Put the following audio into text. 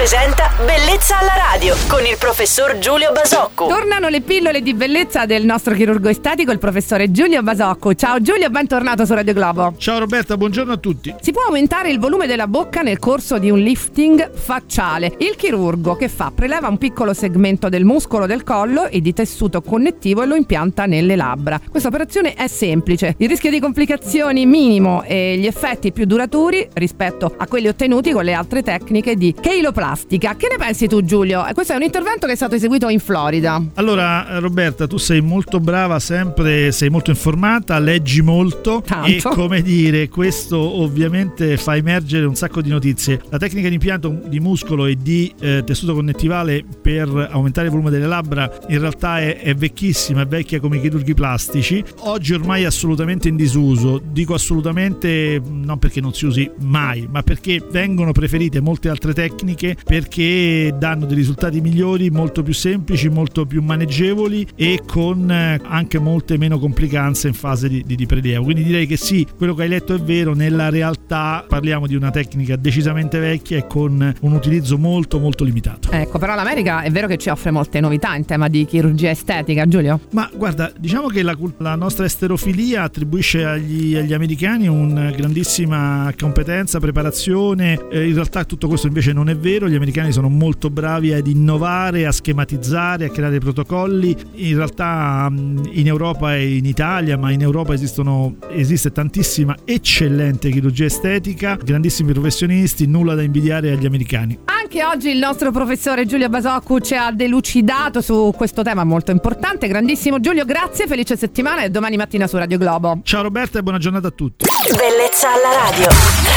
presenta Bellezza alla radio con il professor Giulio Basocco. Tornano le pillole di bellezza del nostro chirurgo estetico, il professore Giulio Basocco. Ciao Giulio, bentornato su Radio Globo. Ciao Roberta, buongiorno a tutti. Si può aumentare il volume della bocca nel corso di un lifting facciale. Il chirurgo che fa? Preleva un piccolo segmento del muscolo del collo e di tessuto connettivo e lo impianta nelle labbra. Questa operazione è semplice, il rischio di complicazioni minimo e gli effetti più duraturi rispetto a quelli ottenuti con le altre tecniche di cheiloplastica. Che ne pensi tu, Giulio? Questo è un intervento che è stato eseguito in Florida. Allora Roberta, tu sei molto brava, sempre sei molto informata, leggi molto. Tanto. E come dire, questo ovviamente fa emergere un sacco di notizie. La tecnica di impianto di muscolo e di tessuto connettivale per aumentare il volume delle labbra in realtà è vecchissima, è vecchia come i chirurghi plastici. Oggi ormai è assolutamente in disuso. Dico assolutamente non perché non si usi mai, ma perché vengono preferite molte altre tecniche, perché danno dei risultati migliori, molto più semplici, molto più maneggevoli e con anche molte meno complicanze in fase di prelievo. Quindi direi che sì, quello che hai letto è vero. Nella realtà parliamo di una tecnica decisamente vecchia e con un utilizzo molto molto limitato. Ecco, però l'America è vero che ci offre molte novità in tema di chirurgia estetica, Giulio? Ma guarda, diciamo che la nostra esterofilia attribuisce agli americani una grandissima competenza, preparazione. In realtà tutto questo invece non è vero. Gli americani sono molto bravi ad innovare, a schematizzare, a creare protocolli. In realtà in Europa e in Italia, ma in Europa esiste tantissima eccellente chirurgia estetica, grandissimi professionisti, nulla da invidiare agli americani. Anche oggi il nostro professore Giulio Basocco ci ha delucidato su questo tema molto importante. Grandissimo Giulio, grazie, felice settimana e domani mattina su Radio Globo. Ciao Roberta e buona giornata a tutti. Bellezza alla radio.